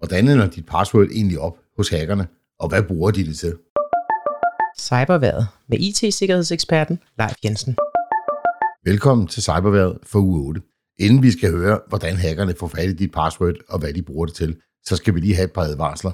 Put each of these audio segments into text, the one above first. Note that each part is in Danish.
hvordan ender dit password egentlig op hos hackerne, og hvad bruger de det til? Cyberværet med IT-sikkerhedseksperten Leif Jensen. Velkommen til Cyberværet for uge 8. Inden vi skal høre, hvordan hackerne får fat i dit password og hvad de bruger det til, så skal vi lige have et par advarsler.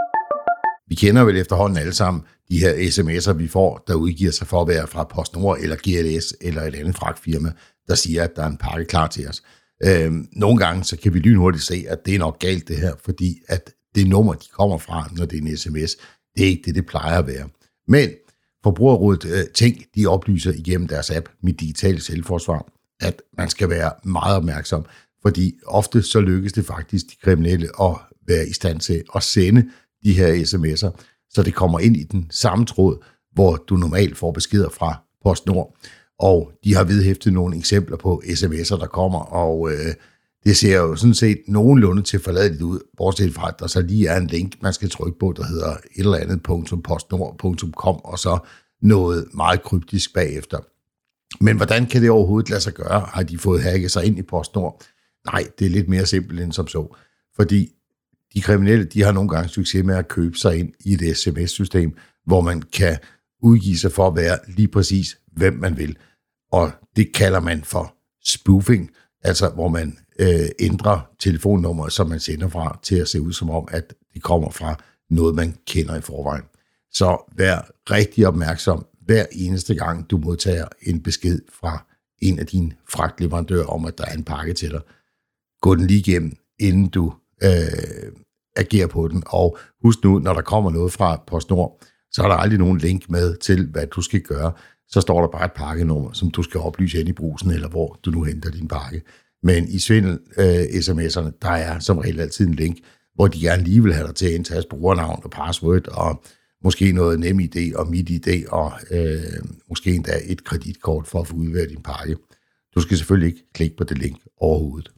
Vi kender vel efterhånden alle sammen de her sms'er, vi får, der udgiver sig for at være fra PostNord eller GLS eller et andet fragtfirma, der siger, at der er en pakke klar til os. Nogle gange så kan vi lynhurtigt se, at det er nok galt det her, fordi at det nummer, de kommer fra, når det er en sms, det er ikke det plejer at være. Men Forbrugerrådet Tænk, de oplyser igennem deres app Mit Digitale Selvforsvar, at man skal være meget opmærksom, fordi ofte så lykkes det faktisk de kriminelle at være i stand til at sende de her sms'er, så det kommer ind i den samme tråd, hvor du normalt får beskeder fra PostNord. Og de har vedhæftet nogle eksempler på sms'er, der kommer, og det ser jo sådan set nogenlunde til forladeligt ud, bortset fra, at der så lige er en link, man skal trykke på, der hedder et eller andet .postnord.com, og så noget meget kryptisk bagefter. Men hvordan kan det overhovedet lade sig gøre? Har de fået hacket sig ind i PostNord? Nej, det er lidt mere simpelt end som så. Fordi de kriminelle, de har nogle gange succes med at købe sig ind i et sms-system, hvor man kan udgive sig for at være lige præcis, hvem man vil. Og det kalder man for spoofing, altså hvor man ændrer telefonnummeret, som man sender fra, til at se ud som om, at det kommer fra noget, man kender i forvejen. Så vær rigtig opmærksom hver eneste gang, du modtager en besked fra en af dine fragtleverandører om, at der er en pakke til dig. Gå den lige igennem, inden du agerer på den. Og husk nu, når der kommer noget fra PostNord, så er der aldrig nogen link med til, hvad du skal gøre. Så står der bare et pakkenummer, som du skal oplyse ind i brusen, eller hvor du nu henter din pakke. Men i svindel sms'erne, der er som regel altid en link, hvor de gerne lige vil have dig til at indtaste brugernavn og password, og måske noget NemID og MitID, og måske endda et kreditkort for at få udleveret din pakke. Du skal selvfølgelig ikke klikke på det link overhovedet.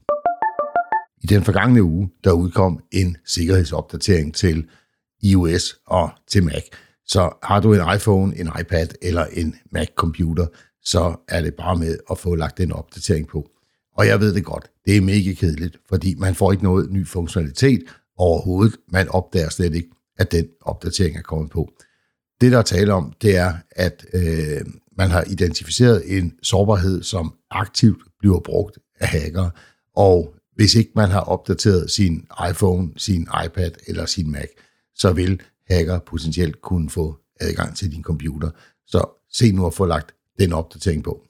I den forgangne uge, der udkom en sikkerhedsopdatering til iOS og til Mac. Så har du en iPhone, en iPad eller en Mac-computer, så er det bare med at få lagt den opdatering på. Og jeg ved det godt, det er mega kedeligt, fordi man får ikke noget ny funktionalitet overhovedet. Man opdager slet ikke, at den opdatering er kommet på. Det, der er tale om, det er, at man har identificeret en sårbarhed, som aktivt bliver brugt af hackere, og hvis ikke man har opdateret sin iPhone, sin iPad eller sin Mac, så vil hacker potentielt kunne få adgang til din computer. Så se nu at få lagt den opdatering på.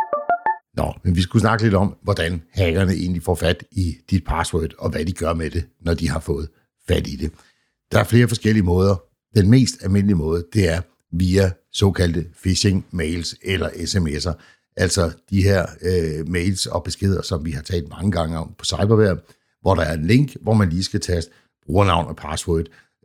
Nå, men vi skulle snakke lidt om, hvordan hackerne egentlig får fat i dit password, og hvad de gør med det, når de har fået fat i det. Der er flere forskellige måder. Den mest almindelige måde, det er via såkaldte phishing mails eller sms'er. Altså de her mails og beskeder, som vi har talt mange gange om på Cyberværet, hvor der er en link, hvor man lige skal taste brugernavn og password.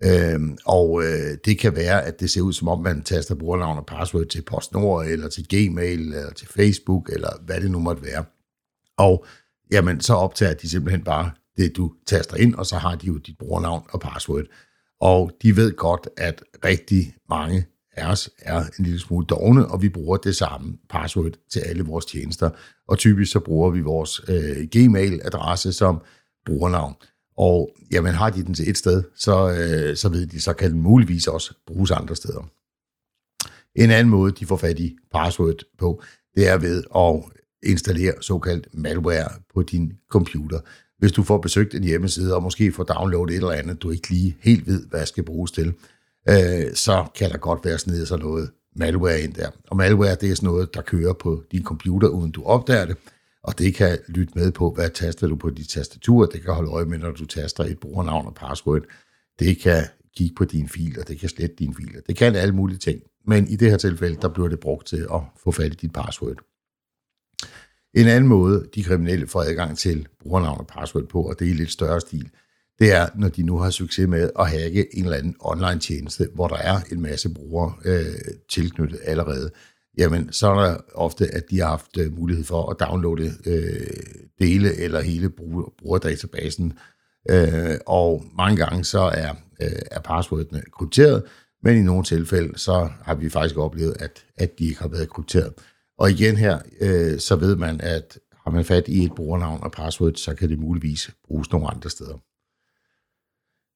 Det kan være, at det ser ud som om, man taster brugernavn og password til PostNord, eller til Gmail, eller til Facebook, eller hvad det nu måtte være. Og jamen, så optager de simpelthen bare det, du taster ind, og så har de jo dit brugernavn og password. Og de ved godt, at rigtig mange af os er en lille smule dovne, og vi bruger det samme password til alle vores tjenester. Og typisk så bruger vi vores Gmail-adresse som brugernavn. Og jamen, har de den til et sted, så ved de, så kan den muligvis også bruges andre steder. En anden måde, de får fat i password på, det er ved at installere såkaldt malware på din computer. Hvis du får besøgt en hjemmeside, og måske får downloadet et eller andet, du ikke lige helt ved, hvad skal bruges til, så kan der godt være snedet sådan noget malware ind der. Og malware, det er sådan noget, der kører på din computer, uden du opdager det. Og det kan lytte med på, hvad taster du på dit tastatur. Det kan holde øje med, når du taster et brugernavn og password. Det kan kigge på dine filer, det kan slette dine filer. Det kan alle mulige ting. Men i det her tilfælde, der bliver det brugt til at få fat i dit password. En anden måde, de kriminelle får adgang til brugernavn og password på, og det er i lidt større stil, det er, når de nu har succes med at hacke en eller anden online tjeneste, hvor der er en masse brugere tilknyttet allerede. Jamen, så er der ofte, at de har haft mulighed for at downloade dele eller hele brugerdatabasen. Og mange gange så er passwordene krypteret, men i nogle tilfælde, så har vi faktisk oplevet, at de ikke har været krypteret. Og igen her, så ved man, at har man fat i et brugernavn og password, så kan det muligvis bruges nogle andre steder.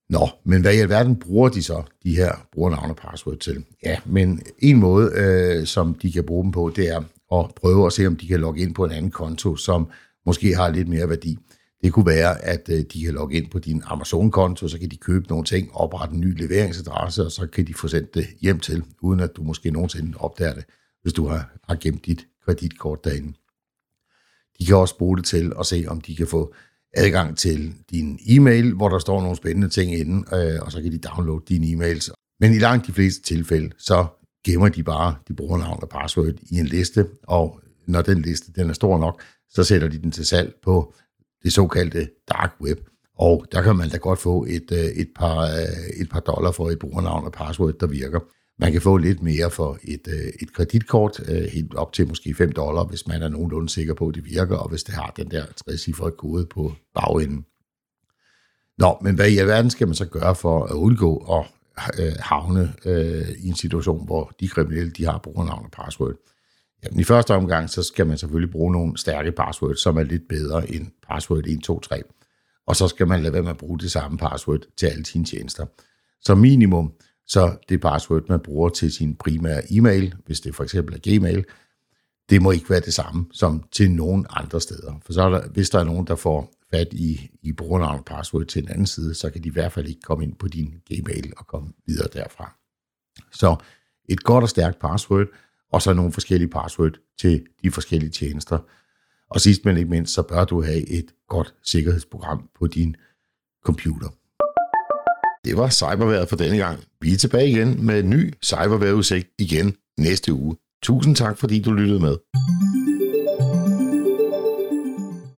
Nå, men hvad i alverden bruger de så, de her brugernavn og password til? Ja, men en måde, som de kan bruge dem på, det er at prøve at se, om de kan logge ind på en anden konto, som måske har lidt mere værdi. Det kunne være, at de kan logge ind på din Amazon-konto, så kan de købe nogle ting, oprette en ny leveringsadresse, og så kan de få sendt det hjem til, uden at du måske nogensinde opdager det, hvis du har gemt dit kreditkort derinde. De kan også bruge det til at se, om de kan få adgang til din e-mail, hvor der står nogle spændende ting inde, og så kan de downloade dine e-mails. Men i langt de fleste tilfælde, så gemmer de bare de brugernavn og password i en liste, og når den liste den er stor nok, så sætter de den til salg på det såkaldte dark web. Og der kan man da godt få et par dollar for et brugernavn og password, der virker. Man kan få lidt mere for et kreditkort, helt op til måske $5, hvis man er nogenlunde sikker på, at det virker, og hvis det har den der 3-cifrede kode på bagenden. Nå, men hvad i alverden skal man så gøre for at undgå at havne i en situation, hvor de kriminelle de har brugernavn og password? Jamen, i første omgang, så skal man selvfølgelig bruge nogle stærke password, som er lidt bedre end password 1, 2, 3. Og så skal man lade være med at bruge det samme password til alle sine tjenester. Som minimum, så det password, man bruger til sin primære e-mail, hvis det for eksempel er Gmail, det må ikke være det samme som til nogen andre steder. For så er der, hvis der er nogen, der får fat i brugernavn og password til en anden side, så kan de i hvert fald ikke komme ind på din Gmail og komme videre derfra. Så et godt og stærkt password, og så nogle forskellige password til de forskellige tjenester. Og sidst men ikke mindst, så bør du have et godt sikkerhedsprogram på din computer. Det var cyberværet for denne gang. Vi er tilbage igen med en ny cyberværetudsigt igen næste uge. Tusind tak, fordi du lyttede med.